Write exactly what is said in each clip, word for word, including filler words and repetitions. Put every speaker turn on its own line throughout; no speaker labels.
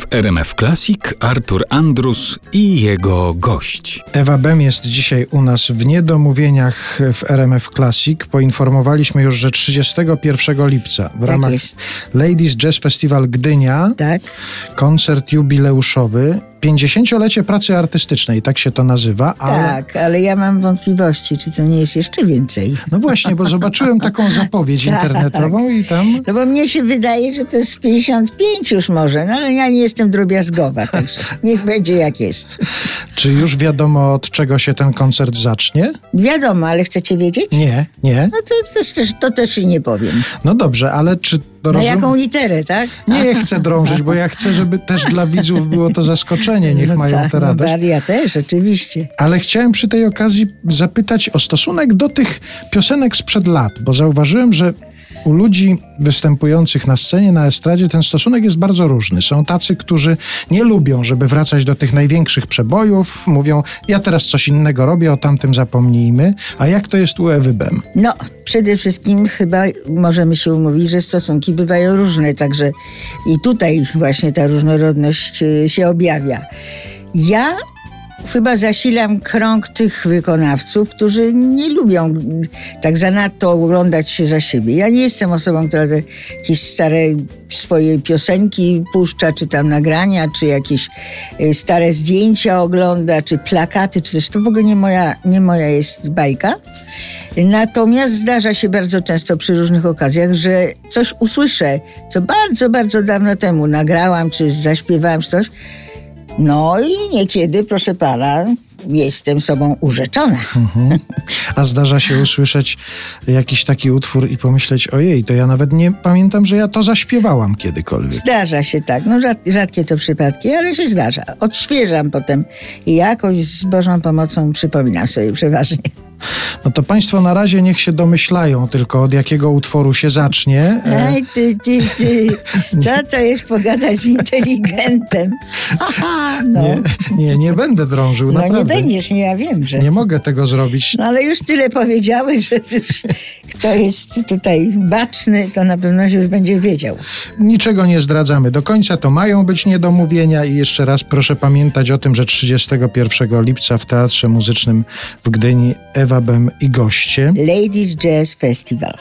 W R M F Classic Artur Andrus i jego gość.
Ewa Bem jest dzisiaj u nas w Niedomówieniach w R M F Classic. Poinformowaliśmy już, że trzydziestego pierwszego lipca w
tak
ramach
jest.
Ladies Jazz Festival Gdynia
Tak.
koncert jubileuszowy. pięćdziesięciolecie pracy artystycznej, tak się to nazywa. Ale...
Tak, ale ja mam wątpliwości, czy to nie jest jeszcze więcej.
No właśnie, bo zobaczyłem taką zapowiedź
Tak.
internetową i tam...
No bo mnie się wydaje, że to jest pięćdziesiąt pięć już może, no ale ja nie jestem drobiazgowa, także niech będzie jak jest.
Czy już wiadomo, od czego się ten koncert zacznie?
Wiadomo, ale chcecie wiedzieć?
Nie, nie.
No to też, to też i nie powiem.
No dobrze, ale czy... To
Na
rozum...
jaką literę, tak?
Nie chcę drążyć, bo ja chcę, żeby też dla widzów było to zaskoczenie. Niech
no
mają
tak,
tę radość.
No ja też, oczywiście.
Ale chciałem przy tej okazji zapytać o stosunek do tych piosenek sprzed lat, bo zauważyłem, że u ludzi występujących na scenie, na estradzie ten stosunek jest bardzo różny. Są tacy, którzy nie lubią, żeby wracać do tych największych przebojów. Mówią, ja teraz coś innego robię, o tamtym zapomnijmy. A jak to jest u Ewy Bem?
No, przede wszystkim chyba możemy się umówić, że stosunki bywają różne, także i tutaj właśnie ta różnorodność y, się objawia. Ja chyba zasilam krąg tych wykonawców, którzy nie lubią tak zanadto oglądać się za siebie. Ja nie jestem osobą, która te jakieś stare swoje piosenki puszcza, czy tam nagrania, czy jakieś stare zdjęcia ogląda, czy plakaty, czy coś. To w ogóle nie moja, nie moja jest bajka. Natomiast zdarza się bardzo często przy różnych okazjach, że coś usłyszę, co bardzo, bardzo dawno temu nagrałam, czy zaśpiewałam, czy coś. No i niekiedy, proszę pana, jestem sobą urzeczona.
Mhm. A zdarza się usłyszeć jakiś taki utwór i pomyśleć, ojej, to ja nawet nie pamiętam, że ja to zaśpiewałam kiedykolwiek.
Zdarza się tak, no rzad, rzadkie to przypadki, ale się zdarza. Odświeżam potem i jakoś z Bożą pomocą przypominam sobie przeważnie.
No to państwo na razie niech się domyślają tylko, od jakiego utworu się zacznie.
Ej, ty, ty, ty, co to jest pogadać z inteligentem? Aha, no.
Nie, nie, nie będę drążył,
No
naprawdę.
nie będziesz, nie, ja wiem, że...
Nie mogę tego zrobić.
No ale już tyle powiedziałeś, że już kto jest tutaj baczny, to na pewno się już będzie wiedział.
Niczego nie zdradzamy do końca, to mają być niedomówienia i jeszcze raz proszę pamiętać o tym, że trzydziestego pierwszego lipca w Teatrze Muzycznym w Gdyni Ewa Bem i goście.
Ladies Jazz Festival.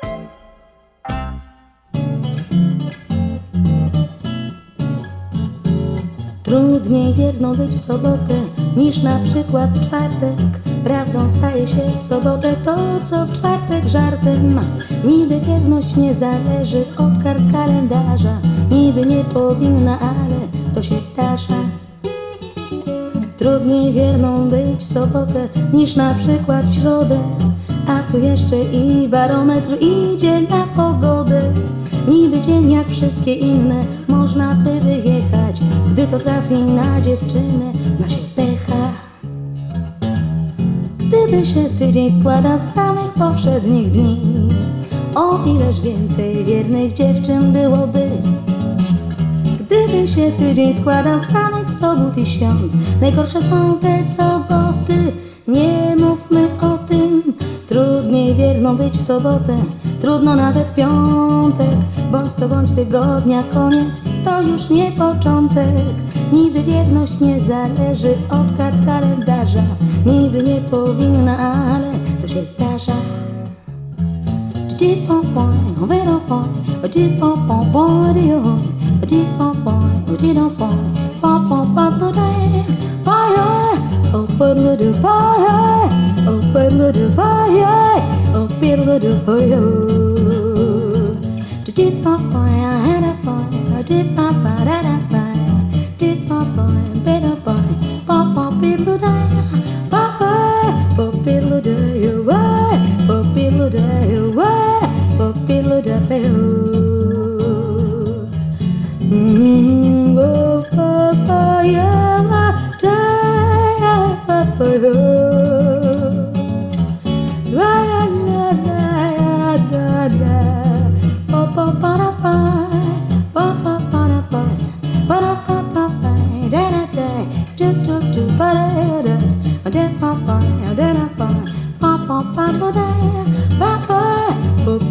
Trudniej wierną być w sobotę niż na przykład w czwartek. Prawdą staje się w sobotę to, co w czwartek żartem. Niby wierność nie zależy od kart kalendarza, niby nie powinna, ale to się zdarza. Trudniej wierną być w sobotę niż na przykład w środę, a tu jeszcze i barometr idzie na pogodę. Niby dzień jak wszystkie inne, można by wyjechać, gdy to trafi na dziewczynę, ma się pecha. Gdyby się tydzień składał z samych powszednich dni, o ileż więcej wiernych dziewczyn byłoby. Gdyby się tydzień składał z samych sobót i świąt, najgorsze są te soboty, nie mówmy o tym. Trudniej wierną być w sobotę, trudno nawet piątek, bądź co bądź tygodnia koniec, to już nie początek. Niby wierność nie zależy od kart kalendarza, niby nie powinna, ale to się zdarza.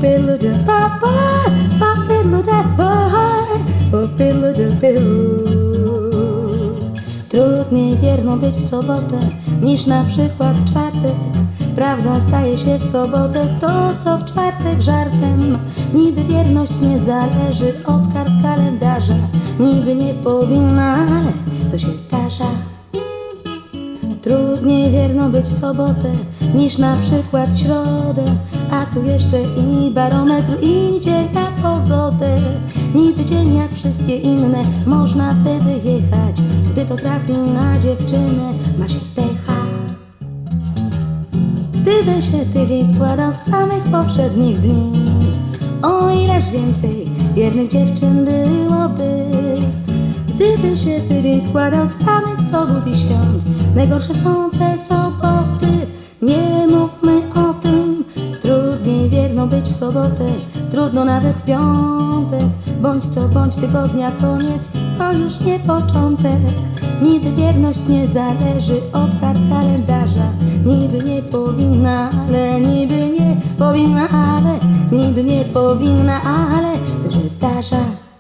Papa, papa, papa, papa, papa, papa, papa,
Trudniej wierną być w sobotę niż na przykład w czwartek. Prawdą staje się w sobotę to, co w czwartek żartem. Niby wierność nie zależy od kart kalendarza, niby nie powinna, ale to się zdarza. Trudniej wierno być w sobotę niż na przykład w środę, a tu jeszcze i barometr idzie na pogodę. Niby dzień jak wszystkie inne można by wyjechać, gdy to trafi na dziewczynę, ma się pecha. Gdyby się tydzień składał z samych powszednich dni, o ileż więcej wiernych dziewczyn byłoby. Gdyby się tydzień składał z samych sobot i świąt, najgorsze są te soboty, nie mówmy o tym. Trudniej wierno być w sobotę, trudno nawet w piątek. Bądź co bądź tygodnia koniec, to już nie początek. Niby wierność nie zależy od kart kalendarza, niby nie powinna, ale niby nie powinna, ale niby nie powinna, ale to się zdarza.